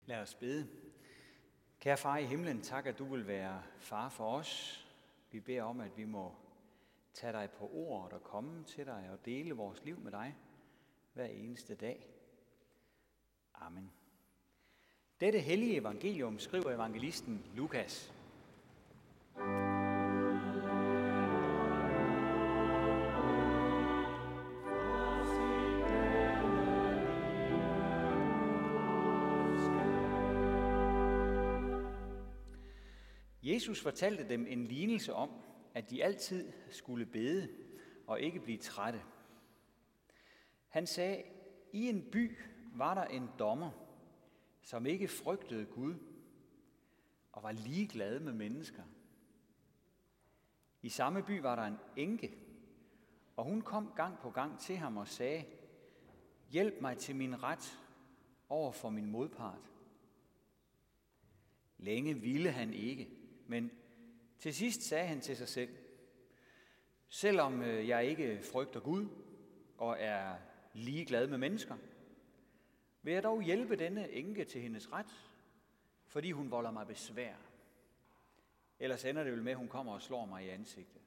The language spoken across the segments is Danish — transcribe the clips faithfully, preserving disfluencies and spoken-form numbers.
Lad os bede. Kære far i himlen, tak, at du vil være far for os. Vi beder om, at vi må tage dig på ordet og komme til dig og dele vores liv med dig hver eneste dag. Amen. Dette hellige evangelium skriver evangelisten Lukas. Jesus fortalte dem en lignelse om, at de altid skulle bede og ikke blive trætte. Han sagde, i en by var der en dommer, som ikke frygtede Gud og var ligeglad med mennesker. I samme by var der en enke, og hun kom gang på gang til ham og sagde, hjælp mig til min ret over for min modpart. Længe ville han ikke, men til sidst sagde han til sig selv, selvom jeg ikke frygter Gud og er ligeglad med mennesker, vil jeg dog hjælpe denne enke til hendes ret, fordi hun volder mig besvær. Ellers ender det vel med, at hun kommer og slår mig i ansigtet.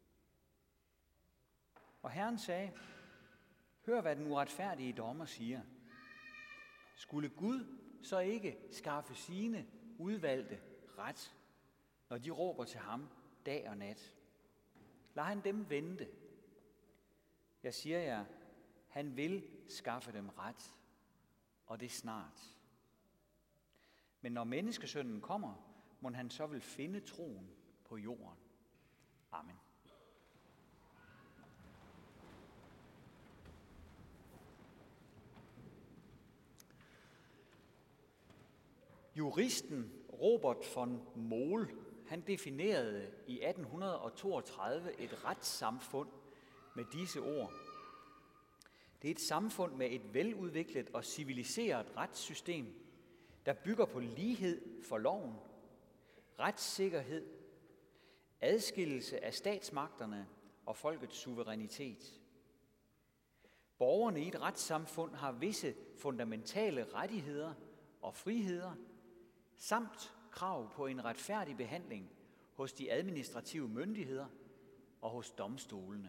Og Herren sagde, hør hvad den uretfærdige dommer siger. Skulle Gud så ikke skaffe sine udvalgte ret, når de råber til ham dag og nat? Lad han dem vente. Jeg siger jer, han vil skaffe dem ret, og det snart. Men når menneskesønnen kommer, må han så vil finde troen på jorden. Amen. Juristen Robert von Mohl, han definerede i atten toogtredive et retssamfund med disse ord. Det er et samfund med et veludviklet og civiliseret retssystem, der bygger på lighed for loven, retssikkerhed, adskillelse af statsmagterne og folkets suverænitet. Borgerne i et retssamfund har visse fundamentale rettigheder og friheder, samt krav på en retfærdig behandling hos de administrative myndigheder og hos domstolene.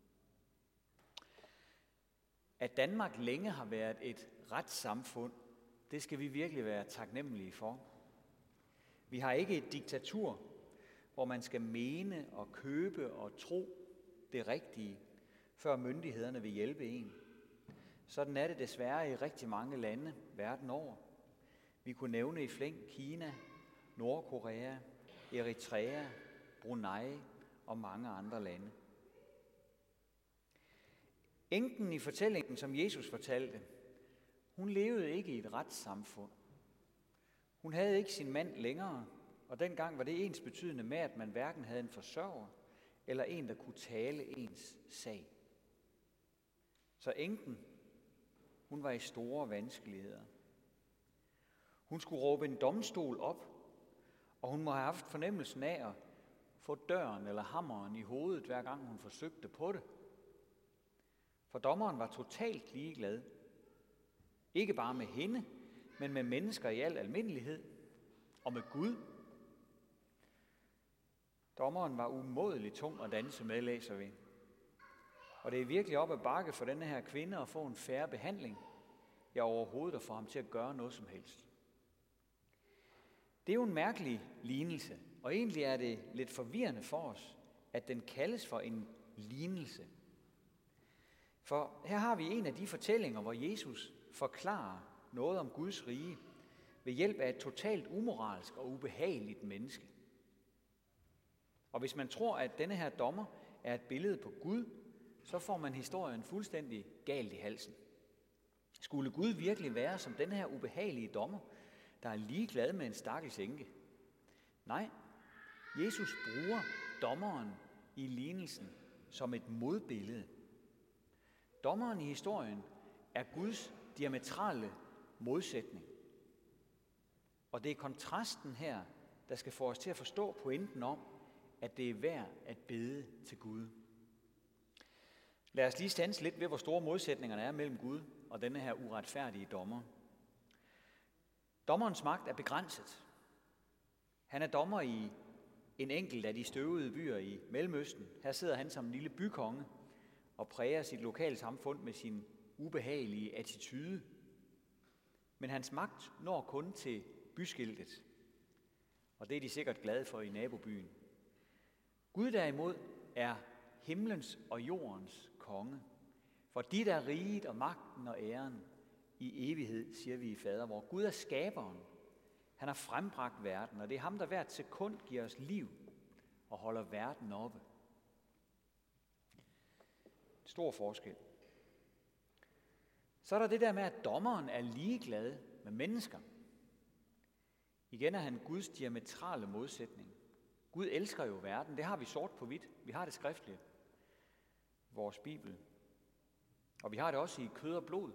At Danmark længe har været et retssamfund, det skal vi virkelig være taknemmelige for. Vi har ikke et diktatur, hvor man skal mene og købe og tro det rigtige, før myndighederne vil hjælpe en. Sådan er det desværre i rigtig mange lande verden over. Vi kunne nævne i flæng Kina, Nordkorea, Eritrea, Brunei og mange andre lande. Enken i fortællingen, som Jesus fortalte, hun levede ikke i et retssamfund. Hun havde ikke sin mand længere, og dengang var det ensbetydende med, at man hverken havde en forsørger eller en, der kunne tale ens sag. Så enken, hun var i store vanskeligheder. Hun skulle råbe en domstol op, og hun må have haft fornemmelsen af at få døren eller hammeren i hovedet, hver gang hun forsøgte på det. For dommeren var totalt ligeglad. Ikke bare med hende, men med mennesker i al almindelighed og med Gud. Dommeren var umådeligt tung at danse med, læser vi. Og det er virkelig op ad bakke for denne her kvinde at få en fair behandling, ja overhovedet at få ham til at gøre noget som helst. Det er jo en mærkelig lignelse, og egentlig er det lidt forvirrende for os, at den kaldes for en lignelse. For her har vi en af de fortællinger, hvor Jesus forklarer noget om Guds rige ved hjælp af et totalt umoralsk og ubehageligt menneske. Og hvis man tror, at denne her dommer er et billede på Gud, så får man historien fuldstændig galt i halsen. Skulle Gud virkelig være som denne her ubehagelige dommer, der er ligeglad med en stakkels enke? Nej, Jesus bruger dommeren i lignelsen som et modbillede. Dommeren i historien er Guds diametrale modsætning. Og det er kontrasten her, der skal få os til at forstå pointen om, at det er værd at bede til Gud. Lad os lige standse lidt ved, hvor store modsætningerne er mellem Gud og denne her uretfærdige dommer. Dommerens magt er begrænset. Han er dommer i en enkelt af de støvede byer i Mellemøsten. Her sidder han som en lille bykonge og præger sit lokalsamfund med sin ubehagelige attitude. Men hans magt når kun til byskiltet, og det er de sikkert glade for i nabobyen. Gud derimod er himlens og jordens konge. For dit er riget og magten og æren i evighed, siger vi i fader vor. Gud er skaberen. Han har frembragt verden, og det er ham, der hvert sekund giver os liv og holder verden oppe. Stor forskel. Så er der det der med, at dommeren er ligeglad med mennesker. Igen er han Guds diametrale modsætning. Gud elsker jo verden. Det har vi sort på hvidt. Vi har det skriftligt. Vores Bibel. Og vi har det også i kød og blod.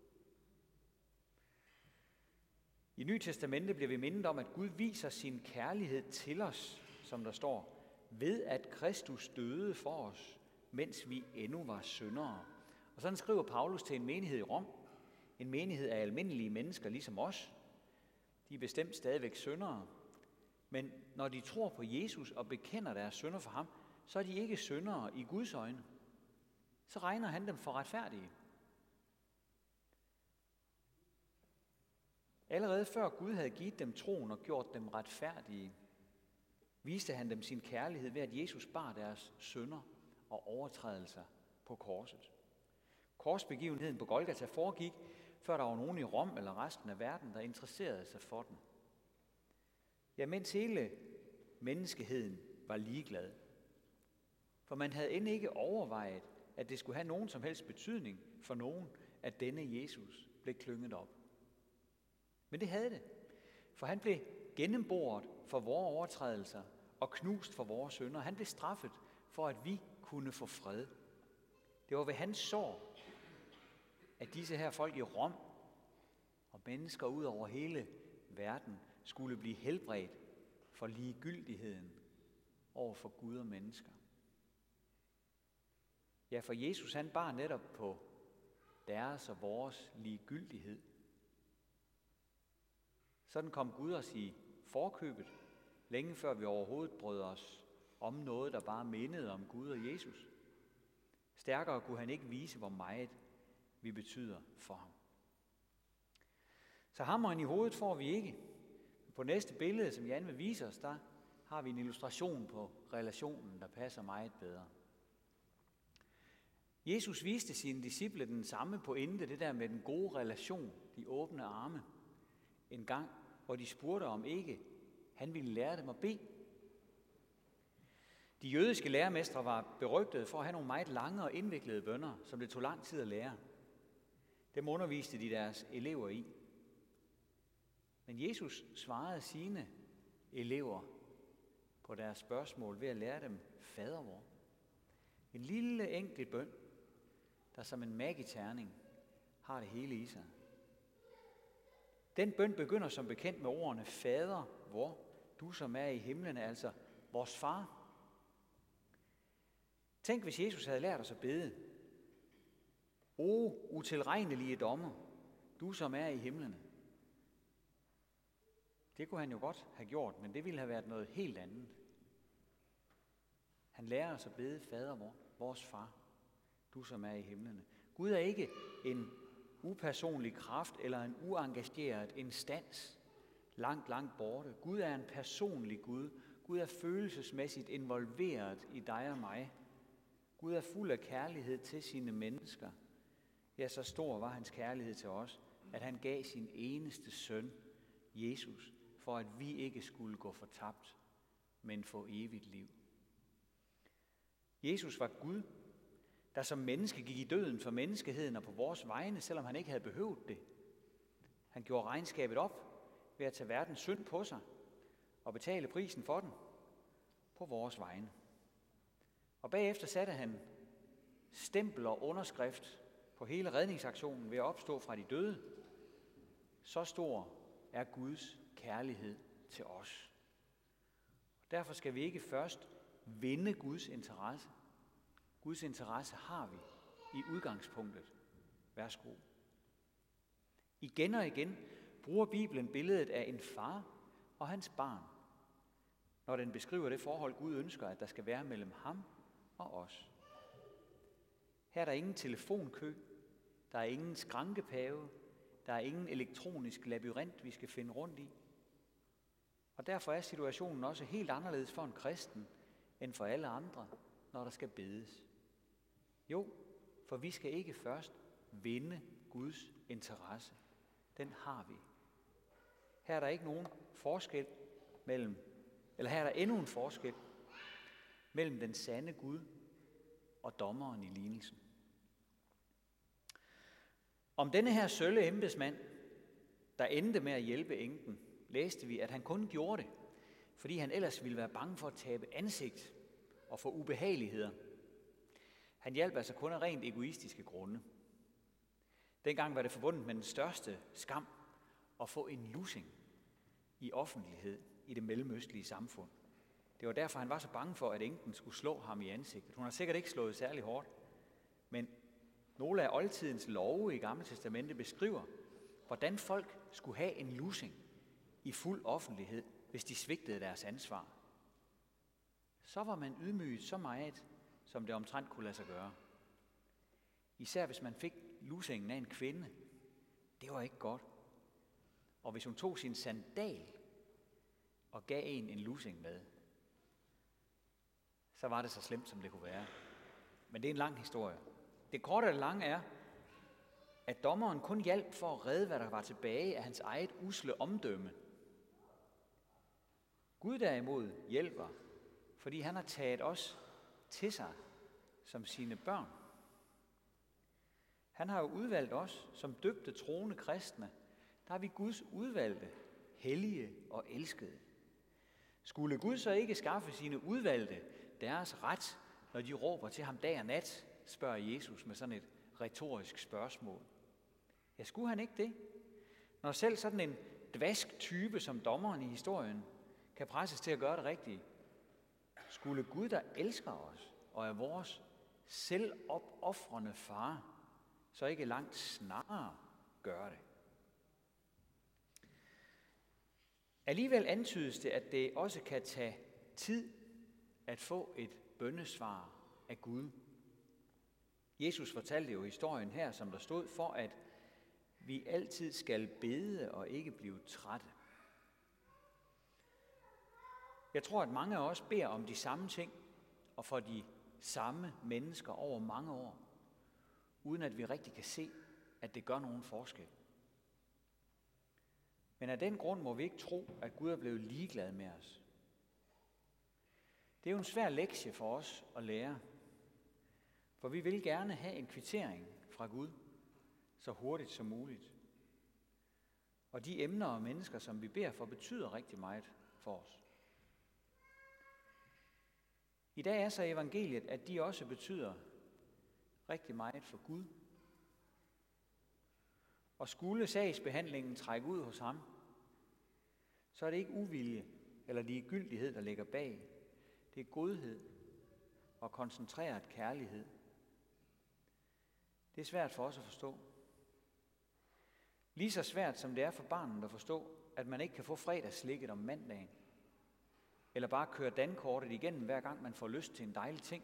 I Nye Testamente bliver vi mindet om, at Gud viser sin kærlighed til os, som der står, ved at Kristus døde for os, mens vi endnu var syndere. Og sådan skriver Paulus til en menighed i Rom. En menighed af almindelige mennesker, ligesom os. De er bestemt stadigvæk syndere. Men når de tror på Jesus og bekender deres synder for ham, så er de ikke syndere i Guds øjne. Så regner han dem for retfærdige. Allerede før Gud havde givet dem troen og gjort dem retfærdige, viste han dem sin kærlighed ved, at Jesus bar deres synder og overtrædelser på korset. Korsbegivenheden på Golgata foregik, før der var nogen i Rom eller resten af verden, der interesserede sig for den. Ja, mens hele menneskeheden var ligeglad. For man havde end ikke overvejet, at det skulle have nogen som helst betydning for nogen, at denne Jesus blev klynget op. Men det havde det, for han blev gennemboret for vores overtrædelser og knust for vores synder. Han blev straffet for, at vi kunne få fred. Det var ved hans sår, at disse her folk i Rom og mennesker ud over hele verden skulle blive helbredt for ligegyldigheden over for Gud og mennesker. Ja, for Jesus han bar netop på deres og vores ligegyldighed. Sådan kom Gud os i forkøbet, længe før vi overhovedet brød os om noget, der bare mindede om Gud og Jesus. Stærkere kunne han ikke vise, hvor meget vi betyder for ham. Så hammeren i hovedet får vi ikke. På næste billede, som Jan vil vise os, der har vi en illustration på relationen, der passer meget bedre. Jesus viste sine disciple den samme pointe, det der med den gode relation, de åbne arme, en gang, hvor de spurgte om ikke, han ville lære dem at bede. De jødiske lærermestre var berygtede for at have nogle meget lange og indviklede bønner, som det tog lang tid at lære. Dem underviste de deres elever i. Men Jesus svarede sine elever på deres spørgsmål ved at lære dem fader vor. En lille enkel bøn, der som en magiterning har det hele i sig. Den bøn begynder som bekendt med ordene fader vor, du som er i himlen, altså vores far. Tænk, hvis Jesus havde lært os at bede. O utilregnelige dommer, du som er i himlene. Det kunne han jo godt have gjort, men det ville have været noget helt andet. Han lærer os at bede fader vor, vores far, du som er i himlene. Gud er ikke en upersonlig kraft eller en uengageret instans langt, langt borte. Gud er en personlig Gud. Gud er følelsesmæssigt involveret i dig og mig. Gud er fuld af kærlighed til sine mennesker. Ja, så stor var hans kærlighed til os, at han gav sin eneste søn, Jesus, for at vi ikke skulle gå fortabt, men få evigt liv. Jesus var Gud, der som menneske gik i døden for menneskeheden og på vores vegne, selvom han ikke havde behøvet det. Han gjorde regnskabet op ved at tage verdens synd på sig og betale prisen for den på vores vegne. Og bagefter satte han stempel og underskrift på hele redningsaktionen ved at opstå fra de døde. Så stor er Guds kærlighed til os. Derfor skal vi ikke først vinde Guds interesse. Guds interesse har vi i udgangspunktet. Værsgo. Igen og igen bruger Bibelen billedet af en far og hans barn, når den beskriver det forhold, Gud ønsker, at der skal være mellem ham og os. Her er der ingen telefonkø, der er ingen skrankepave, der er ingen elektronisk labyrint, vi skal finde rundt i. Og derfor er situationen også helt anderledes for en kristen, end for alle andre, når der skal bedes. Jo, for vi skal ikke først vinde Guds interesse. Den har vi. Her er der ikke nogen forskel mellem, eller her er der endnu en forskel mellem den sande Gud og dommeren i lignelsen. Om denne her sølle embedsmand, der endte med at hjælpe enken, læste vi, at han kun gjorde det, fordi han ellers ville være bange for at tabe ansigt og få ubehageligheder. Han hjalp altså kun af rent egoistiske grunde. Dengang var det forbundet med den største skam at få en lussing i offentlighed i det mellemøstlige samfund. Det var derfor, han var så bange for, at enken skulle slå ham i ansigtet. Hun har sikkert ikke slået særlig hårdt, men nogle af oldtidens love i Gamle Testamente beskriver, hvordan folk skulle have en lussing i fuld offentlighed, hvis de svigtede deres ansvar. Så var man ydmyget så meget, som det omtrent kunne lade sig gøre. Især hvis man fik lussingen af en kvinde. Det var ikke godt. Og hvis hun tog sin sandal og gav en en lussing med, så var det så slemt, som det kunne være. Men det er en lang historie. Det korte og det lange er, at dommeren kun hjalp for at redde, hvad der var tilbage af hans eget usle omdømme. Gud derimod hjælper, fordi han har taget os til sig som sine børn. Han har jo udvalgt os som døbte troende kristne. Der er vi Guds udvalgte, hellige og elskede. Skulle Gud så ikke skaffe sine udvalgte deres ret, når de råber til ham dag og nat, spørger Jesus med sådan et retorisk spørgsmål. Ja, skulle han ikke det? Når selv sådan en dvask type som dommeren i historien kan presses til at gøre det rigtige. Skulle Gud, der elsker os og er vores selvopofrende far, så ikke langt snarere gøre det? Alligevel antydes det, at det også kan tage tid at få et bønnesvar af Gud. Jesus fortalte jo historien her, som der stod, for at vi altid skal bede og ikke blive trætte. Jeg tror, at mange af os beder om de samme ting og for de samme mennesker over mange år, uden at vi rigtig kan se, at det gør nogen forskel. Men af den grund må vi ikke tro, at Gud er blevet ligeglad med os. Det er jo en svær lektie for os at lære, for vi vil gerne have en kvittering fra Gud så hurtigt som muligt. Og de emner og mennesker, som vi beder for, betyder rigtig meget for os. I dag er så evangeliet, at de også betyder rigtig meget for Gud. Og skulle sagsbehandlingen trække ud hos ham, så er det ikke uvilje eller ligegyldighed, der ligger bag. Det er godhed og koncentreret kærlighed. Det er svært for os at forstå. Lige så svært som det er for barnet at forstå, at man ikke kan få fredagsslikket om mandagen, eller bare køre dankortet igennem, hver gang man får lyst til en dejlig ting.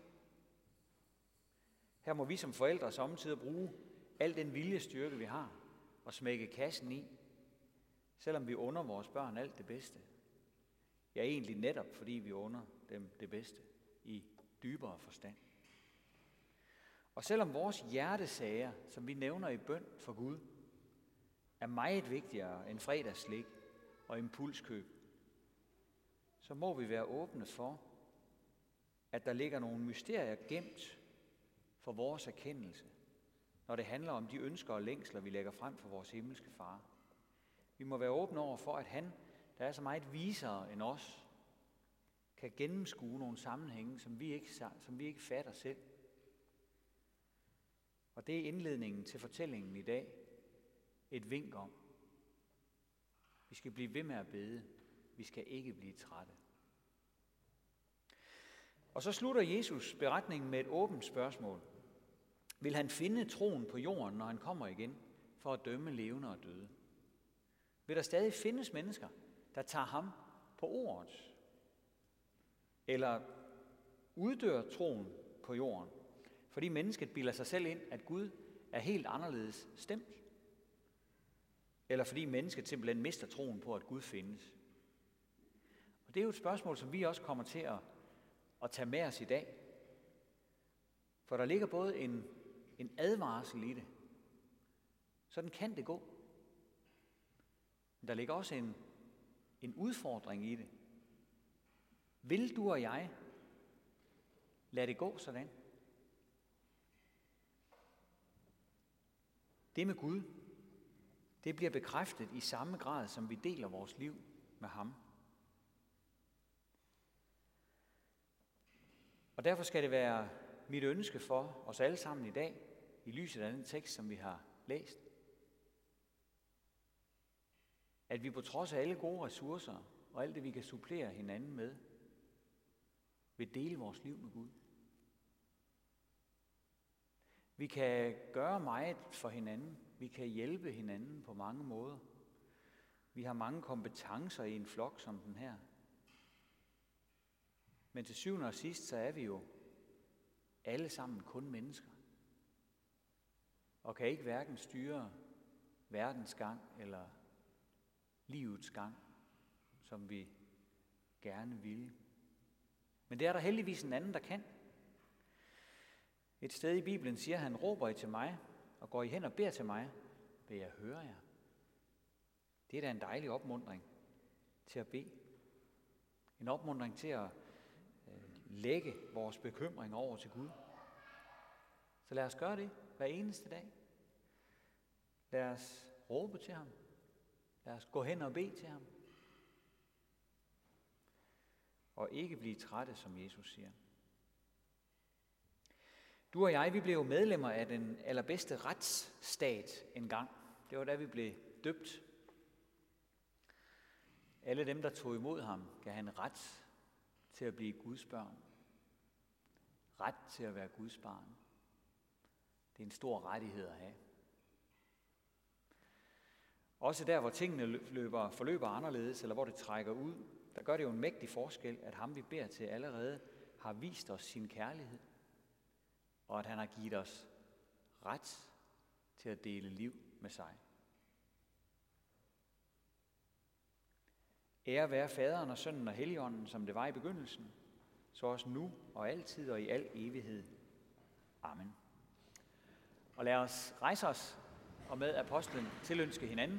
Her må vi som forældre samtidig bruge al den viljestyrke, vi har, og smække kassen i, selvom vi under vores børn alt det bedste. Ja, egentlig netop, fordi vi under dem det bedste i dybere forstand. Og selvom vores hjertesager, som vi nævner i bøn for Gud, er meget vigtigere end fredagsslik og impulskøb, så må vi være åbne for, at der ligger nogle mysterier gemt for vores erkendelse, når det handler om de ønsker og længsler, vi lægger frem for vores himmelske far. Vi må være åbne over for, at han, der er så meget visere end os, kan gennemskue nogle sammenhænge, som vi ikke, som vi ikke fatter selv. Og det er indledningen til fortællingen i dag. Et vink om. Vi skal blive ved med at bede. Vi skal ikke blive trætte. Og så slutter Jesus beretningen med et åbent spørgsmål. Vil han finde troen på jorden, når han kommer igen, for at dømme levende og døde? vil der stadig findes mennesker, der tager ham på ordet, eller uddør troen på jorden, fordi mennesket bilder sig selv ind, at Gud er helt anderledes stemt, eller fordi mennesket simpelthen mister troen på, at Gud findes. Og det er jo et spørgsmål, som vi også kommer til at, at tage med os i dag. For der ligger både en, en advarsel i det, sådan kan det gå. Men der ligger også en, en udfordring i det. Vil du og jeg lade det gå sådan? Det med Gud, det bliver bekræftet i samme grad, som vi deler vores liv med ham. Og derfor skal det være mit ønske for os alle sammen i dag, i lyset af den tekst, som vi har læst, at vi på trods af alle gode ressourcer og alt det, vi kan supplere hinanden med, vil dele vores liv med Gud. Vi kan gøre meget for hinanden. Vi kan hjælpe hinanden på mange måder. Vi har mange kompetencer i en flok som den her. Men til syvende og sidst, så er vi jo alle sammen kun mennesker. Og kan ikke hverken styre verdens gang eller livets gang, som vi gerne ville. Men det er der heldigvis en anden, der kan. Et sted i Bibelen siger han, råber I til mig, og går I hen og beder til mig, vil jeg høre jer. Det er da en dejlig opmuntring til at bede. En opmuntring til at lægge vores bekymringer over til Gud. Så lad os gøre det hver eneste dag. Lad os råbe til ham. Lad os gå hen og bede til ham. Og ikke blive trætte, som Jesus siger. Du og jeg, vi blev medlemmer af den allerbedste retsstat engang. Det var da vi blev døbt. Alle dem, der tog imod ham, gav han ret til at blive Guds børn. Ret til at være Guds barn. Det er en stor rettighed at have. Også der, hvor tingene løber, forløber anderledes, eller hvor det trækker ud, der gør det jo en mægtig forskel, at ham vi beder til allerede har vist os sin kærlighed, og at han har givet os ret til at dele liv med sig. Ære være Faderen og Sønnen og Helligånden, som det var i begyndelsen, så også nu og altid og i al evighed. Amen. Og lad os rejse os og med apostlen tilønske hinanden.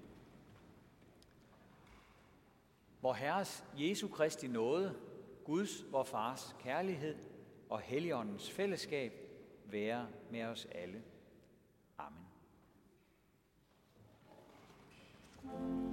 Vor Herres Jesu Kristi nåde, Guds, vor Fars kærlighed og Helligåndens fællesskab være med os alle. Amen.